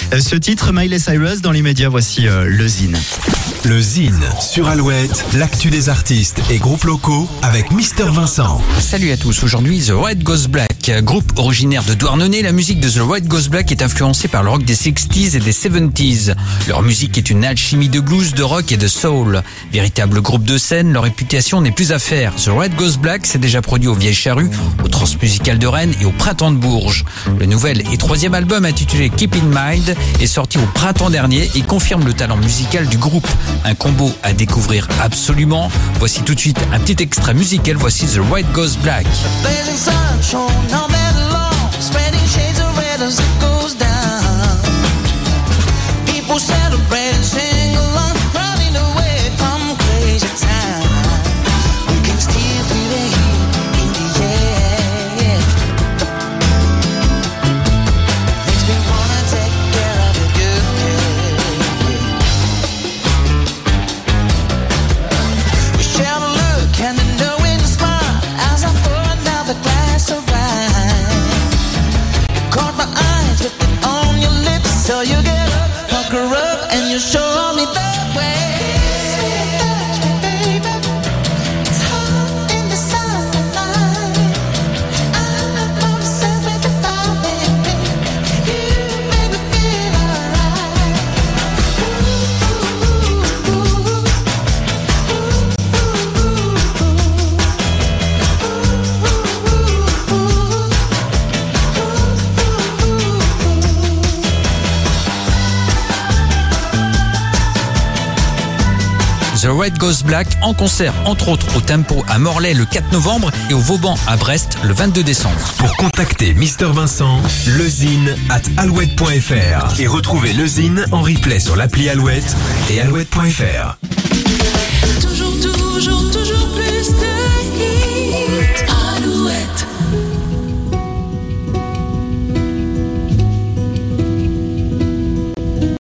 Ce titre, Miley Cyrus, dans l'immédiat, voici le Zine. Le Zine sur Alouette, l'actu des artistes et groupes locaux avec Mister Vincent. Salut à tous, aujourd'hui The White Goes Black, groupe originaire de Douarnenez. La musique de The White Goes Black est influencée par le rock des 60s et des 70s. Leur musique est une alchimie de blues, de rock et de soul. Véritable groupe de scène, leur réputation n'est plus à faire. The White Goes Black s'est déjà produit aux Vieilles Charrues, au Transmusical de Rennes et au Printemps de Bourges. Le nouvel et troisième album intitulé Keep in Mind est sorti au printemps dernier et confirme le talent musical du groupe. Un combo à découvrir absolument. Voici tout de suite un petit extrait musical. Voici The White Goes Black. So you get up, pucker up, and you show me the way. Touch me, baby. It's hot in the sunlight. I'm obsessed with the fire, baby. You make me feel alright. The White Goes Black en concert entre autres au Tempo à Morlaix le 4 novembre et au Vauban à Brest le 22 décembre. Pour contacter Mister Vincent, lezine@alouette.fr et retrouver le Zine en replay sur l'appli Alouette et alouette.fr. Toujours plus de